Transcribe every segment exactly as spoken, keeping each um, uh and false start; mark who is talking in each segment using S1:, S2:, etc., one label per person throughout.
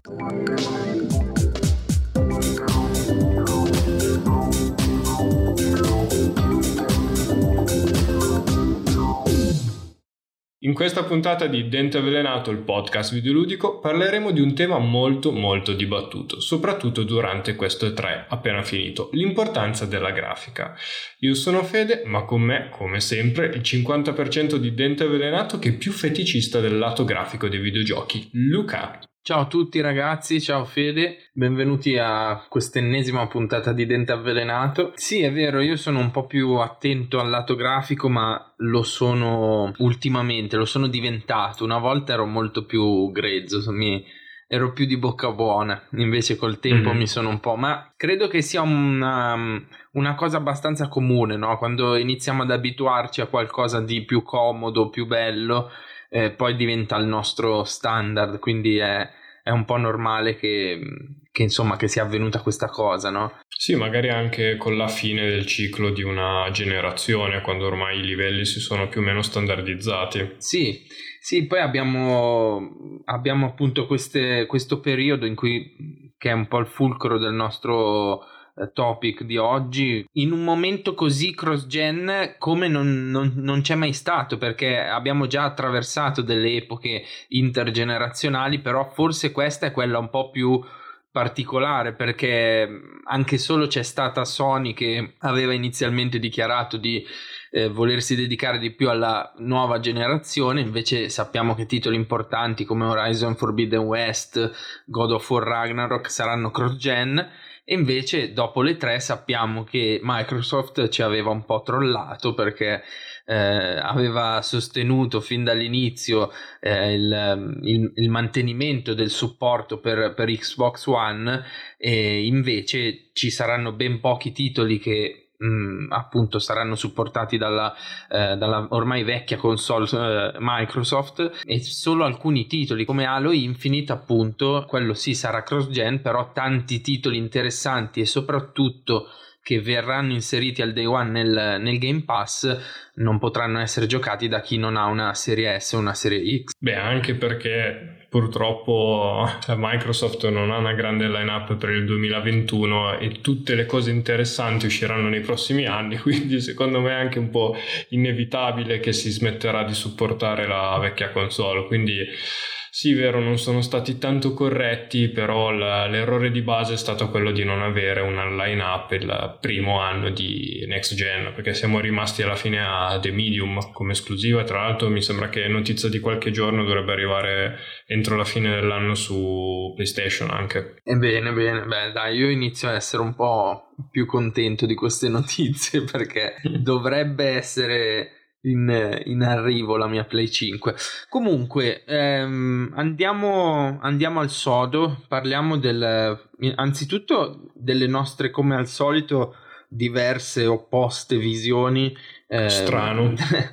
S1: In questa puntata di Dente Avvelenato, il podcast videoludico, parleremo di un tema molto molto dibattuto, soprattutto durante questo E tre appena finito, l'importanza della grafica. Io sono Fede, ma con me, come sempre, il cinquanta per cento di Dente Avvelenato che è più feticista del lato grafico dei videogiochi, Luca.
S2: Ciao a tutti ragazzi, ciao Fede, benvenuti a quest'ennesima puntata di Dente Avvelenato. Sì, è vero, io sono un po' più attento al lato grafico, ma lo sono ultimamente, lo sono diventato. Una volta ero molto più grezzo, mi, ero più di bocca buona, invece col tempo mm-hmm. mi sono un po'... Ma credo che sia una, una cosa abbastanza comune, no? Quando iniziamo ad abituarci a qualcosa di più comodo, più bello... Eh, poi diventa il nostro standard, quindi è, è un po' normale che, che insomma che sia avvenuta questa cosa, no?
S1: Sì, magari anche con la fine del ciclo di una generazione, quando ormai i livelli si sono più o meno standardizzati.
S2: Sì, sì, poi abbiamo, abbiamo appunto queste, questo periodo in cui, che è un po' il fulcro del nostro topic di oggi, in un momento così cross-gen come non, non, non c'è mai stato, perché abbiamo già attraversato delle epoche intergenerazionali, però forse questa è quella un po' più particolare, perché anche solo c'è stata Sony che aveva inizialmente dichiarato di eh, volersi dedicare di più alla nuova generazione, invece sappiamo che titoli importanti come Horizon Forbidden West, God of War Ragnarok saranno cross-gen. E invece dopo le tre sappiamo che Microsoft ci aveva un po' trollato, perché eh, aveva sostenuto fin dall'inizio eh, il, il, il mantenimento del supporto per, per Xbox One, e invece ci saranno ben pochi titoli che Mm, appunto saranno supportati dalla, eh, dalla ormai vecchia console eh, Microsoft, e solo alcuni titoli come Halo Infinite, appunto, quello sì sarà cross gen, però tanti titoli interessanti e soprattutto che verranno inseriti al day one nel, nel Game Pass non potranno essere giocati da chi non ha una serie S o una serie X.
S1: Beh, anche perché purtroppo cioè, Microsoft non ha una grande line-up per il duemilaventuno e tutte le cose interessanti usciranno nei prossimi anni, quindi secondo me è anche un po' inevitabile che si smetterà di supportare la vecchia console, quindi sì, vero, non sono stati tanto corretti, però la, l'errore di base è stato quello di non avere una line-up il primo anno di Next Gen, perché siamo rimasti alla fine a The Medium come esclusiva. Tra l'altro mi sembra che notizia di qualche giorno dovrebbe arrivare entro la fine dell'anno su PlayStation anche.
S2: Ebbene, bene, beh dai, io inizio a essere un po' più contento di queste notizie, perché dovrebbe essere... In, in arrivo la mia Play cinque. Comunque ehm, andiamo, andiamo al sodo, parliamo del, anzitutto delle nostre, come al solito, diverse opposte visioni eh,
S1: strano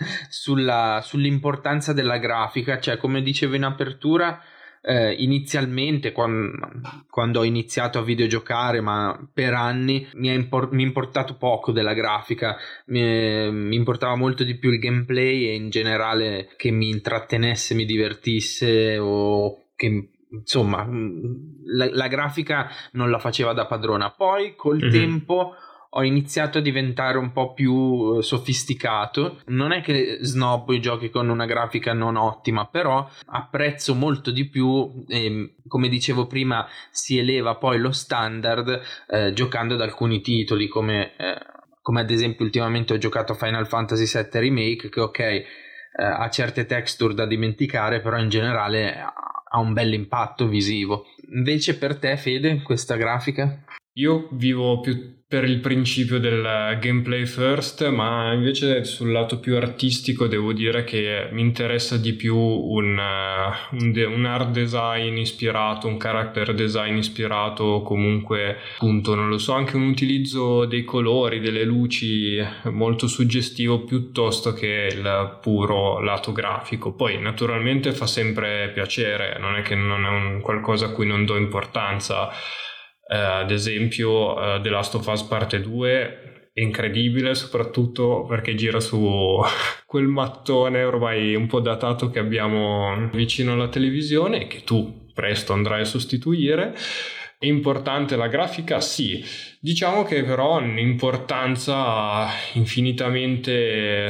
S2: sulla, sull'importanza della grafica. Cioè, come dicevo in apertura, eh, inizialmente quando, quando ho iniziato a videgiocare, ma per anni mi è impor- mi è importato poco della grafica, mi, mi importava molto di più il gameplay e in generale che mi intrattenesse, mi divertisse, o che insomma la, la grafica non la faceva da padrona. Poi col mm-hmm. tempo ho iniziato a diventare un po' più sofisticato. Non è che snobbo i giochi con una grafica non ottima, però apprezzo molto di più, e come dicevo prima si eleva poi lo standard eh, giocando ad alcuni titoli come, eh, come ad esempio ultimamente ho giocato a Final Fantasy sette Remake, che ok eh, ha certe texture da dimenticare, però in generale ha un bel impatto visivo. Invece per te, Fede, questa grafica?
S1: Io vivo più per il principio del gameplay first, ma invece sul lato più artistico devo dire che mi interessa di più un, un, de- un art design ispirato, un character design ispirato, o comunque appunto non lo so, anche un utilizzo dei colori, delle luci molto suggestivo piuttosto che il puro lato grafico. Poi naturalmente fa sempre piacere, non è che non è un qualcosa a cui non do importanza. Uh, ad esempio uh, The Last of Us parte due è incredibile, soprattutto perché gira su quel mattone ormai un po' datato che abbiamo vicino alla televisione e che tu presto andrai a sostituire. È importante la grafica? Sì. Diciamo che però un'importanza infinitamente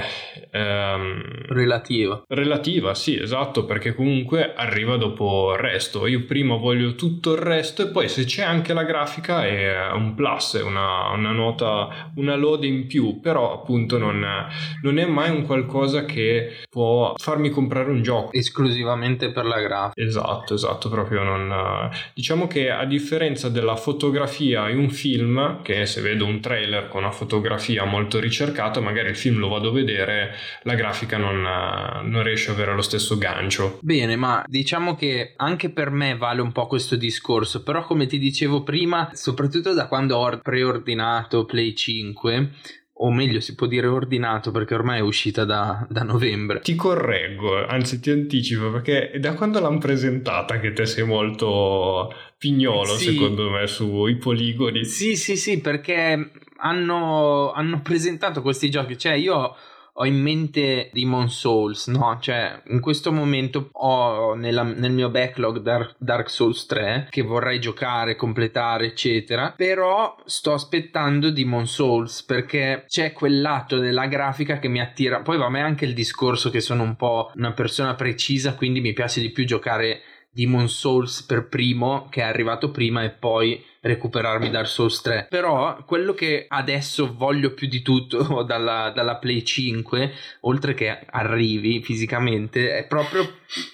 S1: ehm,
S2: relativa.
S1: Relativa, sì, esatto, perché comunque arriva dopo il resto. Io prima voglio tutto il resto e poi se c'è anche la grafica è un plus, è una, una nota, una lode in più, però appunto non, non è mai un qualcosa che può farmi comprare un gioco.
S2: Esclusivamente per la grafica.
S1: Esatto, esatto, proprio non... Diciamo che a differenza della fotografia in un film, che se vedo un trailer con una fotografia molto ricercata, magari il film lo vado a vedere, la grafica non, non riesce a avere lo stesso gancio.
S2: Bene, ma diciamo che anche per me vale un po' questo discorso, però come ti dicevo prima, soprattutto da quando ho preordinato Play cinque, o meglio si può dire ordinato perché ormai è uscita da, da novembre.
S1: Ti correggo, anzi ti anticipo, perché è da quando l'hanno presentata che te sei molto pignolo, sì, secondo me, sui poligoni.
S2: Sì, sì, sì, perché hanno, hanno presentato questi giochi, cioè io ho in mente Demon's Souls, no? Cioè, in questo momento ho nella, nel mio backlog Dark, Dark Souls tre che vorrei giocare, completare, eccetera. Però sto aspettando Demon's Souls perché c'è quel lato della grafica che mi attira. Poi va a me anche il discorso che sono un po' una persona precisa, quindi mi piace di più giocare Demon's Souls per primo, che è arrivato prima, e poi recuperarmi Dark Souls tre. Però quello che adesso voglio più di tutto dalla, dalla Play cinque, oltre che arrivi fisicamente, è proprio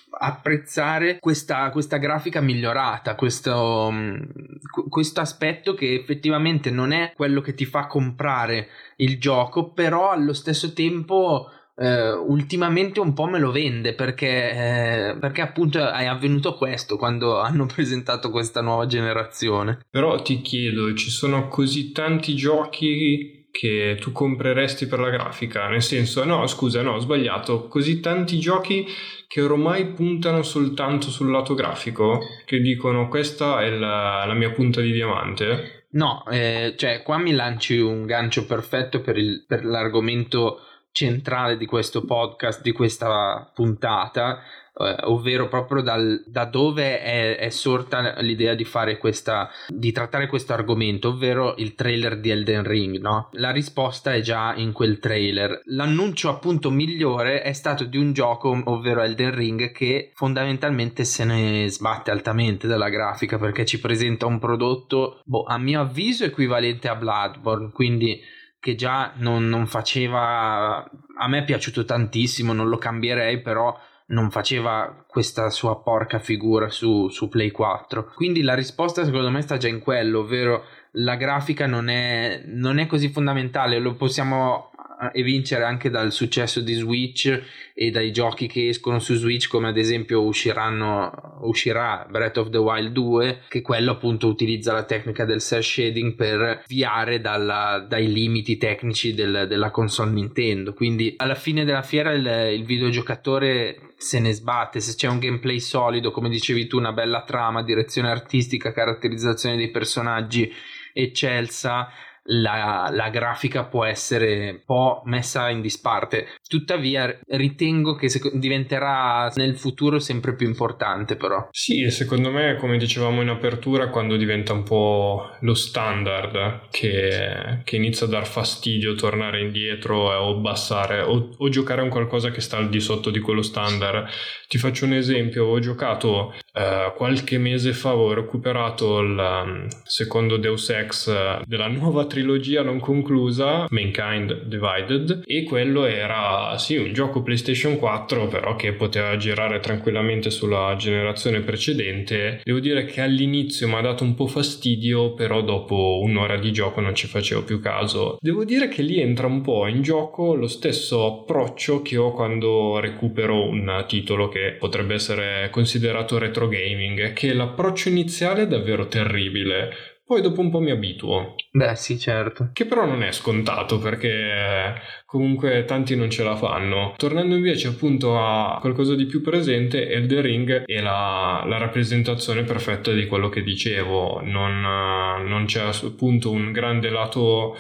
S2: apprezzare questa, questa grafica migliorata, questo, questo aspetto che effettivamente non è quello che ti fa comprare il gioco, però allo stesso tempo Uh, ultimamente un po' me lo vende perché, eh, perché appunto è avvenuto questo quando hanno presentato questa nuova generazione.
S1: Però ti chiedo, ci sono così tanti giochi che tu compreresti per la grafica? Nel senso, no, scusa, no, ho sbagliato, così tanti giochi che ormai puntano soltanto sul lato grafico, che dicono questa è la, la mia punta di diamante?
S2: No, eh, cioè qua mi lanci un gancio perfetto per, il, per l'argomento centrale di questo podcast, di questa puntata, eh, ovvero proprio dal, da dove è, è sorta l'idea di fare questa, di trattare questo argomento, ovvero il trailer di Elden Ring, no? La risposta è già in quel trailer. L'annuncio appunto migliore è stato di un gioco, ovvero Elden Ring, che fondamentalmente se ne sbatte altamente dalla grafica perché ci presenta un prodotto, boh, a mio avviso equivalente a Bloodborne, quindi che già non, non faceva, a me è piaciuto tantissimo, non lo cambierei, però non faceva questa sua porca figura su, su Play quattro. Quindi la risposta secondo me sta già in quello, ovvero la grafica non è, non è così fondamentale, lo possiamo evincere anche dal successo di Switch e dai giochi che escono su Switch, come ad esempio usciranno uscirà Breath of the Wild due, che quello appunto utilizza la tecnica del cel shading per sviare dalla, dai limiti tecnici del, della console Nintendo. Quindi alla fine della fiera il, il videogiocatore se ne sbatte se c'è un gameplay solido, come dicevi tu, una bella trama, direzione artistica, caratterizzazione dei personaggi eccelsa. La, la grafica può essere un po' messa in disparte, tuttavia ritengo che se, diventerà nel futuro sempre più importante. Però
S1: sì, e secondo me, come dicevamo in apertura, quando diventa un po' lo standard che, che inizia a dar fastidio tornare indietro o abbassare o, o giocare a un qualcosa che sta al di sotto di quello standard. Ti faccio un esempio: ho giocato eh, qualche mese fa, ho recuperato il um, secondo Deus Ex della nuova trilogia non conclusa, Mankind Divided, e quello era sì un gioco PlayStation quattro, però che poteva girare tranquillamente sulla generazione precedente. Devo dire che all'inizio mi ha dato un po' fastidio, però dopo un'ora di gioco non ci facevo più caso. Devo dire che lì entra un po' in gioco lo stesso approccio che ho quando recupero un titolo che potrebbe essere considerato retro gaming, che l'approccio iniziale è davvero terribile. Poi dopo un po' mi abituo.
S2: Beh sì, certo.
S1: Che però non è scontato, perché comunque tanti non ce la fanno. Tornando invece appunto a qualcosa di più presente, Elden Ring è la, la rappresentazione perfetta di quello che dicevo. Non, non c'è appunto un grande lato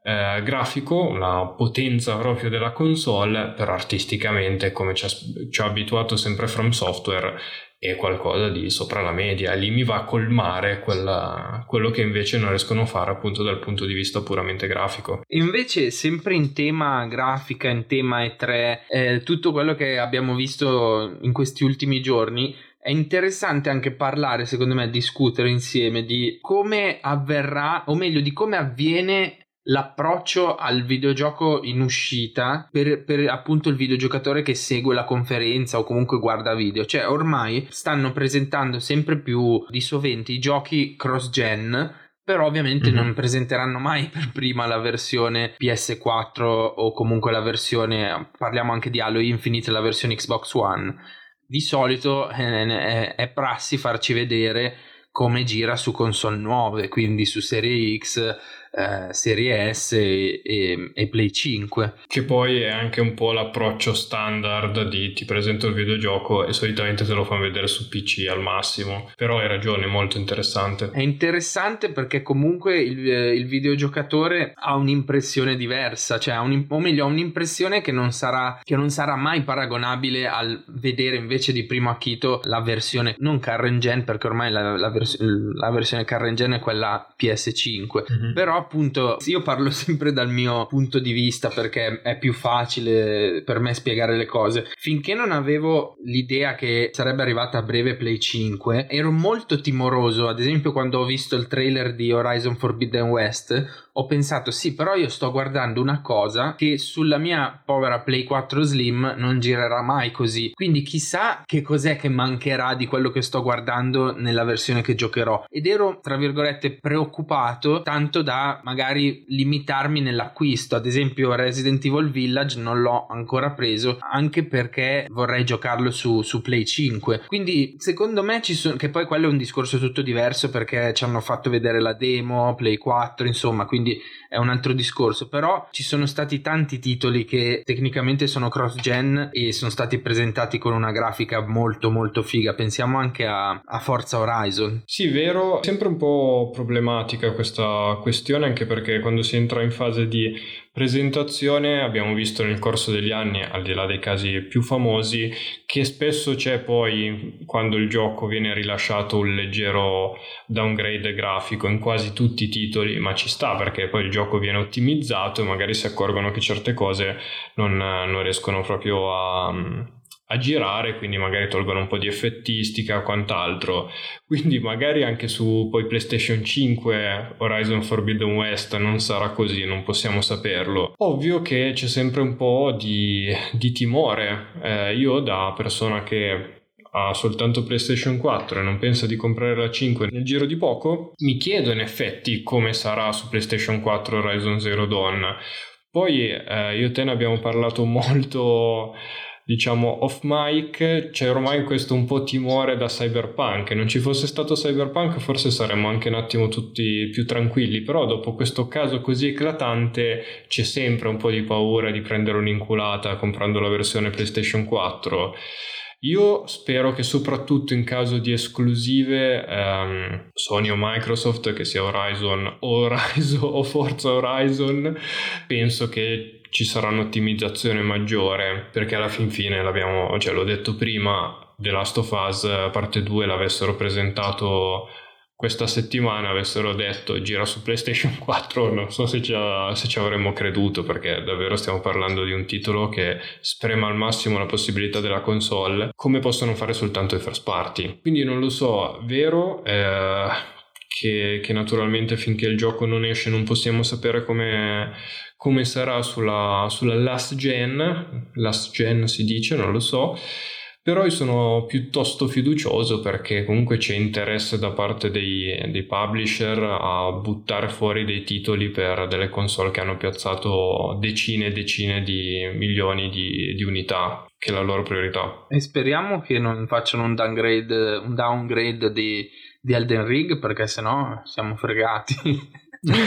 S1: eh, grafico, la potenza proprio della console, però artisticamente, come ci ha, ci ha abituato sempre From Software, è qualcosa di sopra la media. Lì mi va a colmare quella, quello che invece non riescono a fare appunto dal punto di vista puramente grafico.
S2: Invece sempre in tema grafica, in tema E tre, eh, tutto quello che abbiamo visto in questi ultimi giorni, è interessante anche parlare, secondo me, discutere insieme di come avverrà, o meglio di come avviene l'approccio al videogioco in uscita per, per appunto il videogiocatore che segue la conferenza o comunque guarda video. Cioè ormai stanno presentando sempre più di sovente i giochi cross-gen, però ovviamente mm-hmm. non presenteranno mai per prima la versione P S quattro o comunque la versione, parliamo anche di Halo Infinite, la versione Xbox One. Di solito è, è prassi farci vedere come gira su console nuove, quindi su Serie X, eh, Serie S e, e, e Play cinque.
S1: Che poi è anche un po' l'approccio standard di ti presento il videogioco e solitamente te lo fanno vedere su P C al massimo. Però hai ragione, è molto interessante.
S2: È interessante perché comunque il, il videogiocatore ha un'impressione diversa, cioè ha un, o meglio ha un'impressione che non sarà che non sarà mai paragonabile al vedere invece di primo acchito la versione non current gen, perché ormai la, la, vers- la versione current gen è quella P S cinque. Mm-hmm. Però appunto io parlo sempre dal mio punto di vista perché è più facile per me spiegare le cose. Finché non avevo l'idea che sarebbe arrivata a breve Play cinque, ero molto timoroso. Ad esempio quando ho visto il trailer di Horizon Forbidden West ho pensato sì, però io sto guardando una cosa che sulla mia povera Play quattro Slim non girerà mai così, quindi chissà che cos'è che mancherà di quello che sto guardando nella versione che giocherò. Ed ero tra virgolette preoccupato tanto da magari limitarmi nell'acquisto. Ad esempio Resident Evil Village non l'ho ancora preso, anche perché vorrei giocarlo su, su Play cinque. Quindi secondo me ci sono, che poi quello è un discorso tutto diverso perché ci hanno fatto vedere la demo Play quattro, insomma, quindi è un altro discorso. Però ci sono stati tanti titoli che tecnicamente sono cross gen e sono stati presentati con una grafica molto molto figa. Pensiamo anche a, a Forza Horizon.
S1: Sì, vero, sempre un po' problematica questa questione, anche perché quando si entra in fase di presentazione abbiamo visto nel corso degli anni, al di là dei casi più famosi, che spesso c'è poi, quando il gioco viene rilasciato, un leggero downgrade grafico in quasi tutti i titoli, ma ci sta perché poi il gioco viene ottimizzato e magari si accorgono che certe cose non, non riescono proprio a... a girare, quindi magari tolgono un po' di effettistica o quant'altro. Quindi magari anche su poi PlayStation cinque Horizon Forbidden West non sarà così, non possiamo saperlo. Ovvio che c'è sempre un po' di, di timore. Eh, io da persona che ha soltanto PlayStation quattro e non pensa di comprare la cinque nel giro di poco, mi chiedo in effetti come sarà su PlayStation quattro Horizon Zero Dawn. Poi eh, io e te ne abbiamo parlato molto, diciamo off mic, c'è ormai questo un po' timore da Cyberpunk. Non ci fosse stato Cyberpunk forse saremmo anche un attimo tutti più tranquilli, però dopo questo caso così eclatante c'è sempre un po' di paura di prendere un'inculata comprando la versione PlayStation quattro. Io spero che soprattutto in caso di esclusive ehm, Sony o Microsoft, che sia Horizon o Horizon o Forza Horizon, penso che ci sarà un'ottimizzazione maggiore, perché alla fin fine l'abbiamo, cioè l'ho detto prima, The Last of Us parte due l'avessero presentato questa settimana, avessero detto gira su PlayStation quattro, non so se ci, se ci avremmo creduto, perché davvero stiamo parlando di un titolo che sprema al massimo la possibilità della console, come possono fare soltanto i first party. Quindi non lo so, vero eh, che, che naturalmente finché il gioco non esce non possiamo sapere come, come sarà sulla, sulla last gen, last gen si dice, non lo so. Però io sono piuttosto fiducioso perché comunque c'è interesse da parte dei, dei publisher a buttare fuori dei titoli per delle console che hanno piazzato decine e decine di milioni di, di unità, che è la loro priorità.
S2: E speriamo che non facciano un downgrade, un downgrade di, di Elden Ring, perché sennò siamo fregati.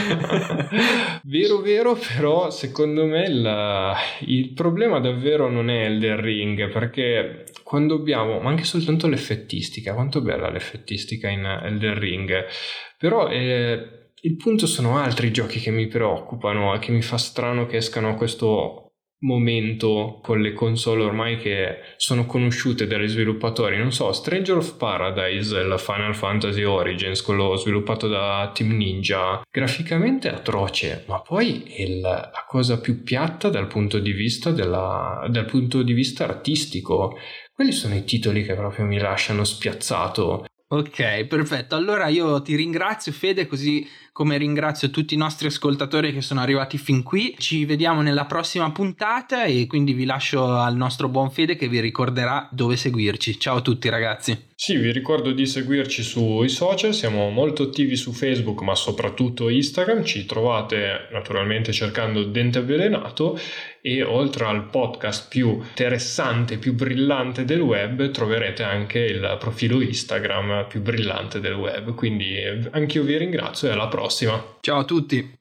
S1: Vero vero, però secondo me il, il problema davvero non è Elden Ring, perché quando abbiamo, ma anche soltanto l'effettistica, quanto bella l'effettistica in Elden Ring, però è, Il punto sono altri giochi che mi preoccupano e che mi fa strano che escano a questo momento con le console ormai che sono conosciute dagli sviluppatori. Non so, Stranger of Paradise, il Final Fantasy Origins, quello sviluppato da Team Ninja, graficamente è atroce, ma poi è la cosa più piatta dal punto di vista della, dal punto di vista artistico. Quelli sono i titoli che proprio mi lasciano spiazzato.
S2: Ok, perfetto. Allora io ti ringrazio, Fede, così come ringrazio tutti i nostri ascoltatori che sono arrivati fin qui. Ci vediamo nella prossima puntata e quindi vi lascio al nostro buon Fede che vi ricorderà dove seguirci. Ciao a tutti ragazzi.
S1: Sì, vi ricordo di seguirci sui social, siamo molto attivi su Facebook ma soprattutto Instagram, ci trovate naturalmente cercando Dente Avvelenato e oltre al podcast più interessante, più brillante del web troverete anche il profilo Instagram più brillante del web, quindi anche io vi ringrazio e alla prossima.
S2: Ciao a tutti.